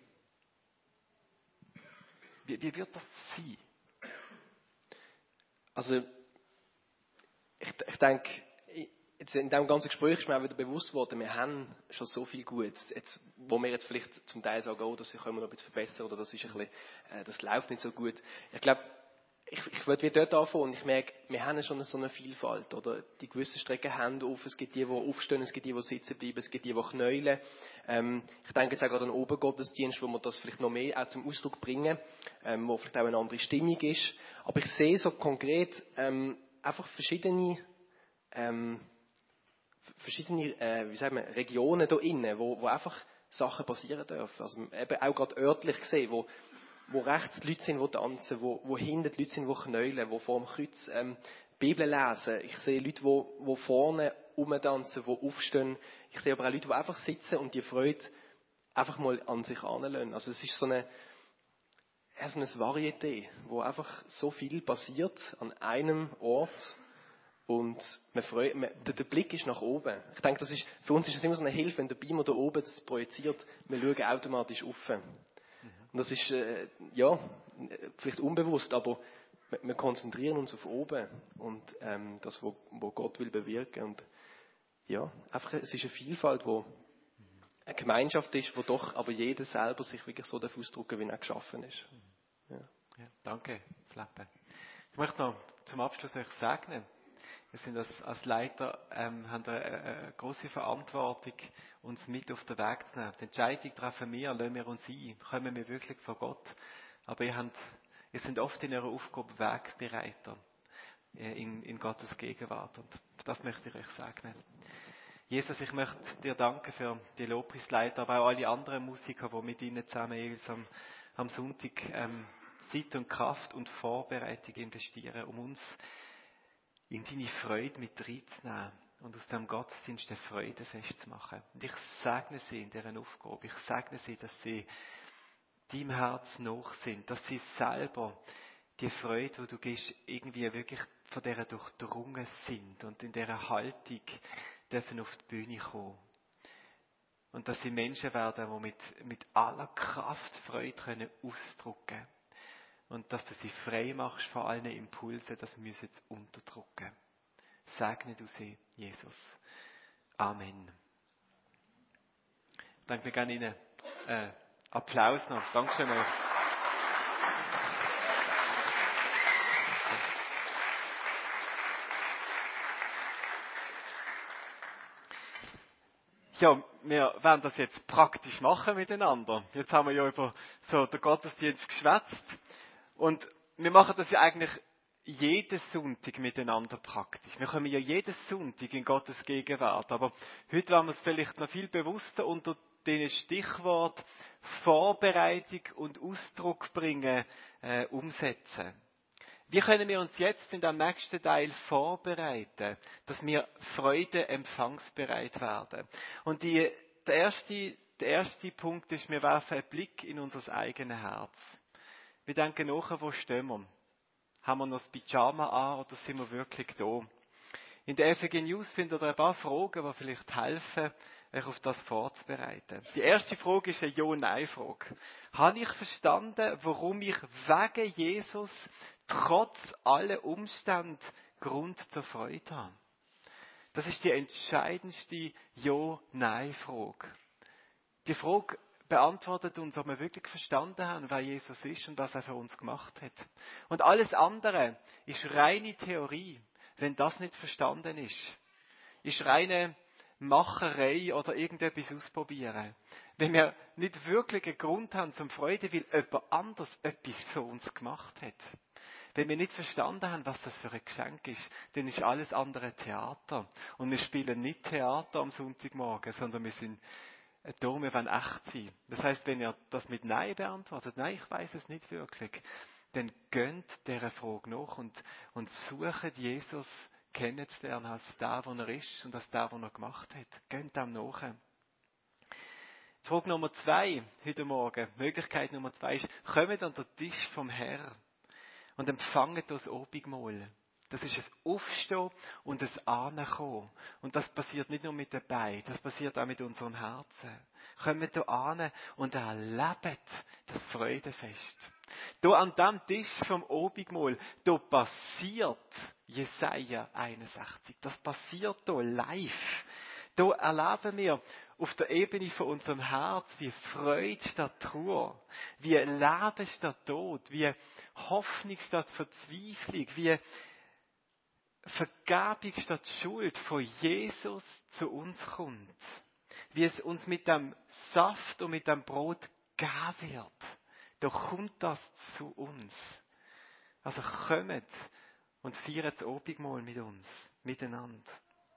Wie, wie wird das sein? Also, ich, ich denke, jetzt in diesem ganzen Gespräch ist mir auch wieder bewusst geworden, wir haben schon so viel Gutes, jetzt, wo wir jetzt vielleicht zum Teil sagen, oh, das können wir noch ein bisschen verbessern oder das ist ein bisschen, äh, das läuft nicht so gut. Ich glaube, ich, ich würde wieder dort anfangen und ich merke, wir haben schon so eine Vielfalt, oder? Die gewissen Strecken Hände auf, es gibt die, die aufstehen, es gibt die, die sitzen bleiben, es gibt die, die knäulen. Ähm, ich denke jetzt auch gerade an den Obergottesdienst, wo wir das vielleicht noch mehr auch zum Ausdruck bringen, ähm, wo vielleicht auch eine andere Stimmung ist. Aber ich sehe so konkret ähm, einfach verschiedene ähm, verschiedene, äh, wie sagen wir, Regionen da innen, wo, wo einfach Sachen passieren dürfen. Also eben auch gerade örtlich gesehen, wo, wo rechts die Leute sind, die tanzen, wo, wo hinten die Leute sind, die knäulen, wo vor dem Kreuz ähm, Bibel lesen. Ich sehe Leute, die, die vorne rumtanzen, die aufstehen. Ich sehe aber auch Leute, die einfach sitzen und die Freude einfach mal an sich anlassen. Also es ist so eine, so eine Varieté, wo einfach so viel passiert an einem Ort Und man freut, man, der, der Blick ist nach oben. Ich denke, das ist, für uns ist es immer so eine Hilfe, wenn der Beamer da oben das projiziert, wir schauen automatisch rauf. Und das ist, äh, ja, vielleicht unbewusst, aber wir, wir konzentrieren uns auf oben und ähm, das, wo, wo Gott will bewirken. Und ja, einfach, es ist eine Vielfalt, wo eine Gemeinschaft ist, wo doch aber jeder selber sich wirklich so ausdrücken darf, wie er geschaffen ist. Ja. Ja, danke, Flappe. Ich möchte noch zum Abschluss euch segnen. Wir sind als, als Leiter, ähm, haben eine, eine große Verantwortung, uns mit auf den Weg zu nehmen. Die Entscheidung treffen wir, lassen wir uns ein, kommen wir wirklich vor Gott. Aber ihr, habt, ihr seid oft in eurer Aufgabe Wegbereiter in, in Gottes Gegenwart. Und das möchte ich euch segnen. Jesus, ich möchte dir danken für die Lobpreisleiter, aber auch alle anderen Musiker, die mit ihnen zusammen jeweils am, am Sonntag ähm, Zeit und Kraft und Vorbereitung investieren, um uns in deine Freude mit reinzunehmen und aus dem Gottesdienst eine Freude festzumachen. Und ich segne sie in dieser Aufgabe. Ich segne sie, dass sie deinem Herz nach sind, dass sie selber die Freude, die du gibst, irgendwie wirklich von dieser durchdrungen sind und in dieser Haltung dürfen auf die Bühne kommen. Und dass sie Menschen werden, die mit, mit aller Kraft Freude können ausdrücken können. Und dass du sie frei machst von allen Impulsen, das müssen sie unterdrücken. Segne du sie, Jesus. Amen. Danke, wir geben Ihnen äh, Applaus noch. Dankeschön euch. Ja, wir werden das jetzt praktisch machen miteinander. Jetzt haben wir ja über so den Gottesdienst geschwätzt. Und wir machen das ja eigentlich jeden Sonntag miteinander praktisch. Wir kommen ja jeden Sonntag in Gottes Gegenwart. Aber heute werden wir es vielleicht noch viel bewusster unter den Stichwort Vorbereitung und Ausdruck bringen, äh, umsetzen. Wie können wir uns jetzt in dem nächsten Teil vorbereiten, dass wir Freude empfangsbereit werden? Und die, der, erste, der erste Punkt ist, wir werfen einen Blick in unser eigenes Herz. Wir denken nach, wo stehen wir? Haben wir noch das Pyjama an oder sind wir wirklich da? In der F G News findet ihr ein paar Fragen, die vielleicht helfen, euch auf das vorzubereiten. Die erste Frage ist eine Ja-Nein-Frage. Habe ich verstanden, warum ich wegen Jesus trotz aller Umstände Grund zur Freude habe? Das ist die entscheidendste Ja-Nein-Frage. Die Frage beantwortet uns, ob wir wirklich verstanden haben, wer Jesus ist und was er für uns gemacht hat. Und alles andere ist reine Theorie, wenn das nicht verstanden ist. Ist reine Macherei oder irgendetwas ausprobieren. Wenn wir nicht wirklich einen Grund haben zum Freude, weil jemand anders etwas für uns gemacht hat. Wenn wir nicht verstanden haben, was das für ein Geschenk ist, dann ist alles andere Theater. Und wir spielen nicht Theater am Sonntagmorgen, sondern wir sind da, wir wollen echt sein. Das heisst, wenn ihr das mit Nein beantwortet, nein, ich weiss es nicht wirklich, dann gönnt dieser Frage nach und, und sucht Jesus kennenzulernen als der, wo er ist und als der, wo er gemacht hat. Gönnt dem nach. Frage Nummer zwei heute Morgen, Möglichkeit Nummer zwei ist, kommt an den Tisch vom Herrn und empfangt das Abendmahl. Das ist ein Aufstehen und ein Ankommen. Und das passiert nicht nur mit den Beinen, das passiert auch mit unserem Herzen. Kommt hier an und erlebt das Freudefest. Hier an diesem Tisch vom Abendmahl, hier passiert Jesaja einundsechzig. Das passiert hier live. Hier erleben wir auf der Ebene von unserem Herz, wie Freude statt Trauer, wie Leben statt Tod, wie Hoffnung statt Verzweiflung, wie Vergebung statt Schuld von Jesus zu uns kommt. Wie es uns mit dem Saft und mit dem Brot geben wird. Da kommt das zu uns. Also kommt und feiert das Abendmahl mit uns, miteinander.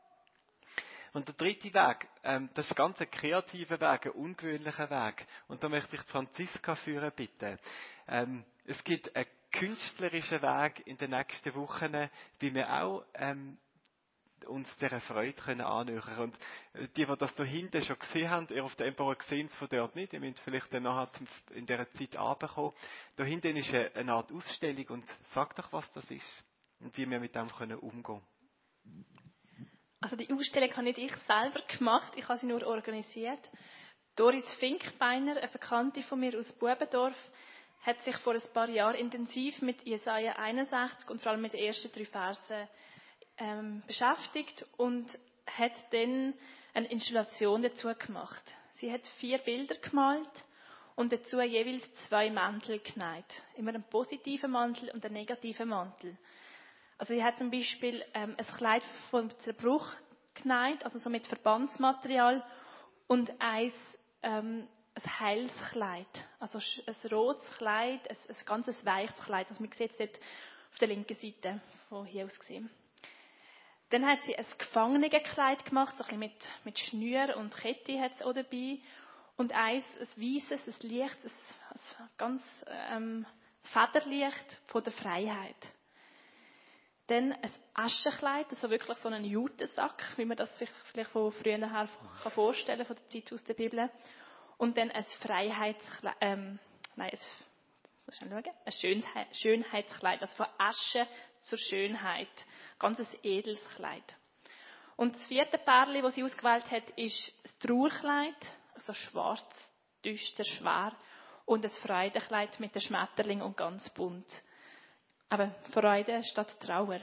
Und der dritte Weg, ähm, das ist ein ganz kreativer Weg, ein ungewöhnlicher Weg. Und da möchte ich Franziska führen bitten. Ähm, es gibt einen künstlerischen Weg in den nächsten Wochen, wie wir auch ähm, uns dieser Freude können annähern. Und die, die das da hinten schon gesehen haben, ihr auf der Emperor sehen es von dort nicht, ihr müsst vielleicht dann nachher in dieser Zeit runterkommen. Da hinten ist eine Art Ausstellung und sagt doch, was das ist und wie wir mit dem können umgehen können. Also die Ausstellung habe nicht ich selber gemacht, ich habe sie nur organisiert. Doris Finkbeiner, eine Bekannte von mir aus Bubendorf, hat sich vor ein paar Jahren intensiv mit Jesaja einundsechzig und vor allem mit den ersten drei Versen ähm, beschäftigt und hat dann eine Installation dazu gemacht. Sie hat vier Bilder gemalt und dazu jeweils zwei Mäntel genäht. Immer einen positiven Mantel und einen negativen Mantel. Also sie hat zum Beispiel ähm, ein Kleid vom Zerbruch genäht, also so mit Verbandsmaterial, und eins, ähm, ein Heilskleid, also ein rotes Kleid, ein, ein ganzes weiches Kleid. Also man sieht es dort auf der linken Seite, von hier aus gesehen. Dann hat sie ein Gefangenenkleid gemacht, so ein bisschen mit, mit Schnür und Kette hat es auch dabei. Und eins, ein weißes, ein Licht, ein, ein ganz ähm, Federlicht von der Freiheit. Dann ein Aschenkleid, also wirklich so ein Jutensack, wie man das sich vielleicht von früher her vorstellen kann, von der Zeit aus der Bibel. Und dann ein Freiheitskleid, ähm, nein, ein, muss ich schauen, ein Schönheit, Schönheitskleid, also von Asche zur Schönheit. Ganz ein edles Kleid. Und das vierte Pärchen, das sie ausgewählt hat, ist das Trauerkleid, also schwarz, düster, schwer. Und ein Freudenkleid mit dem Schmetterling und ganz bunt. Aber Freude statt Trauer.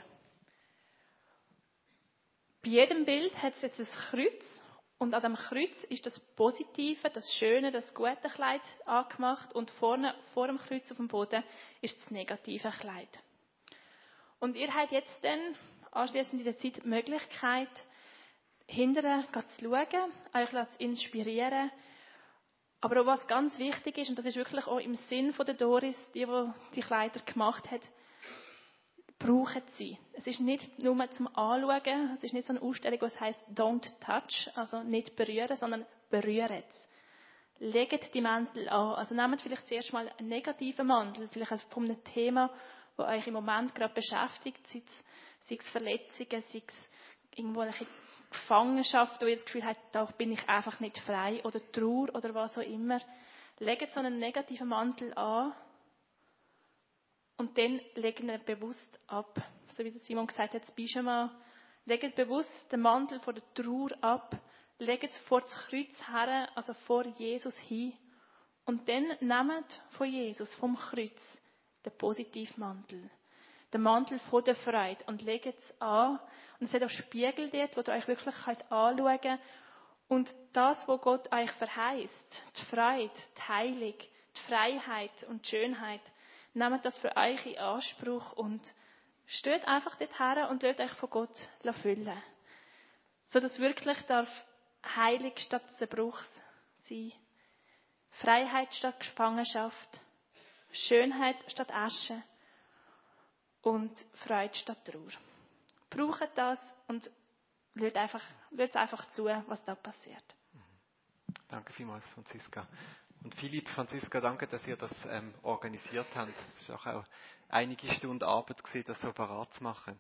Bei jedem Bild hat es jetzt ein Kreuz. Und an dem Kreuz ist das Positive, das Schöne, das gute Kleid angemacht. Und vorne, vor dem Kreuz auf dem Boden ist das negative Kleid. Und ihr habt jetzt dann anschliessend in der Zeit die Möglichkeit, hinterher zu schauen, euch zu inspirieren. Aber auch was ganz wichtig ist, und das ist wirklich auch im Sinn von der Doris, die, die die Kleider gemacht hat, brauchen sie. Es ist nicht nur zum Anschauen, es ist nicht so eine Ausstellung, die heisst «Don't touch», also nicht berühren, sondern berühren. Legt die Mäntel an. Also nehmt vielleicht zuerst mal einen negativen Mantel, vielleicht von einem Thema, das euch im Moment gerade beschäftigt, sei es, sei es Verletzungen, sei es irgendwo eine Gefangenschaft, wo ihr das Gefühl habt, da bin ich einfach nicht frei, oder Trauer oder was auch immer. Legt so einen negativen Mantel an und dann legen ihn bewusst ab. So wie Simon gesagt hat, das Pyjama. Legt bewusst den Mantel vor der Trauer ab, legt es vor das Kreuz her, also vor Jesus hin. Und dann nehmt von Jesus, vom Kreuz, den Positivmantel. Den Mantel von der Freude. Und legt es an. Und es hat auch Spiegel dort, wo ihr euch wirklich anschauen könnt. Und das, was Gott euch verheißt, die Freude, die Heilung, die Freiheit und die Schönheit, nehmt das für euch in Anspruch und steht einfach dort her und lasst euch von Gott füllen. So dass wirklich darf Heilung statt Zerbruchs sein. Freiheit statt Gefangenschaft. Schönheit statt Asche. Und Freude statt Trauer. Braucht das und lasst einfach, lasst einfach zu, was da passiert. Danke vielmals, Franziska. Und Philipp, Franziska, danke, dass ihr das ähm, organisiert habt. Es war auch, auch einige Stunden Arbeit gewesen, das so parat zu machen.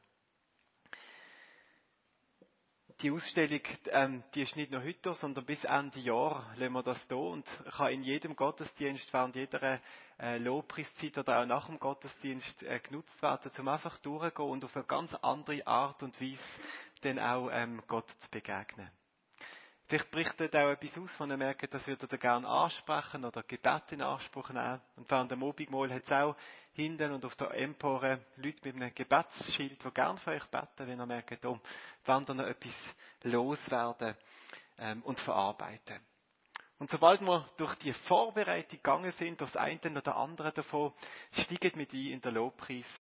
Die Ausstellung, ähm, die ist nicht nur heute, sondern bis Ende Jahr lassen wir das hier und kann in jedem Gottesdienst, während jeder äh, Lobpreiszeit oder auch nach dem Gottesdienst äh, genutzt werden, um einfach durchzugehen und auf eine ganz andere Art und Weise dann auch ähm, Gott zu begegnen. Vielleicht berichtet auch etwas aus, von ihr merkt, das würde ihr gerne ansprechen oder Gebet in Anspruch nehmen. Und während dem Abendmahl hat es auch hinten und auf der Empore Leute mit einem Gebetsschild, die gerne für euch beten, wenn ihr merkt, oh, wollen ihr noch etwas loswerden ähm, und verarbeiten. Und sobald wir durch die Vorbereitung gegangen sind, durch das eine oder andere davon, steigen mit ein in den Lobpreis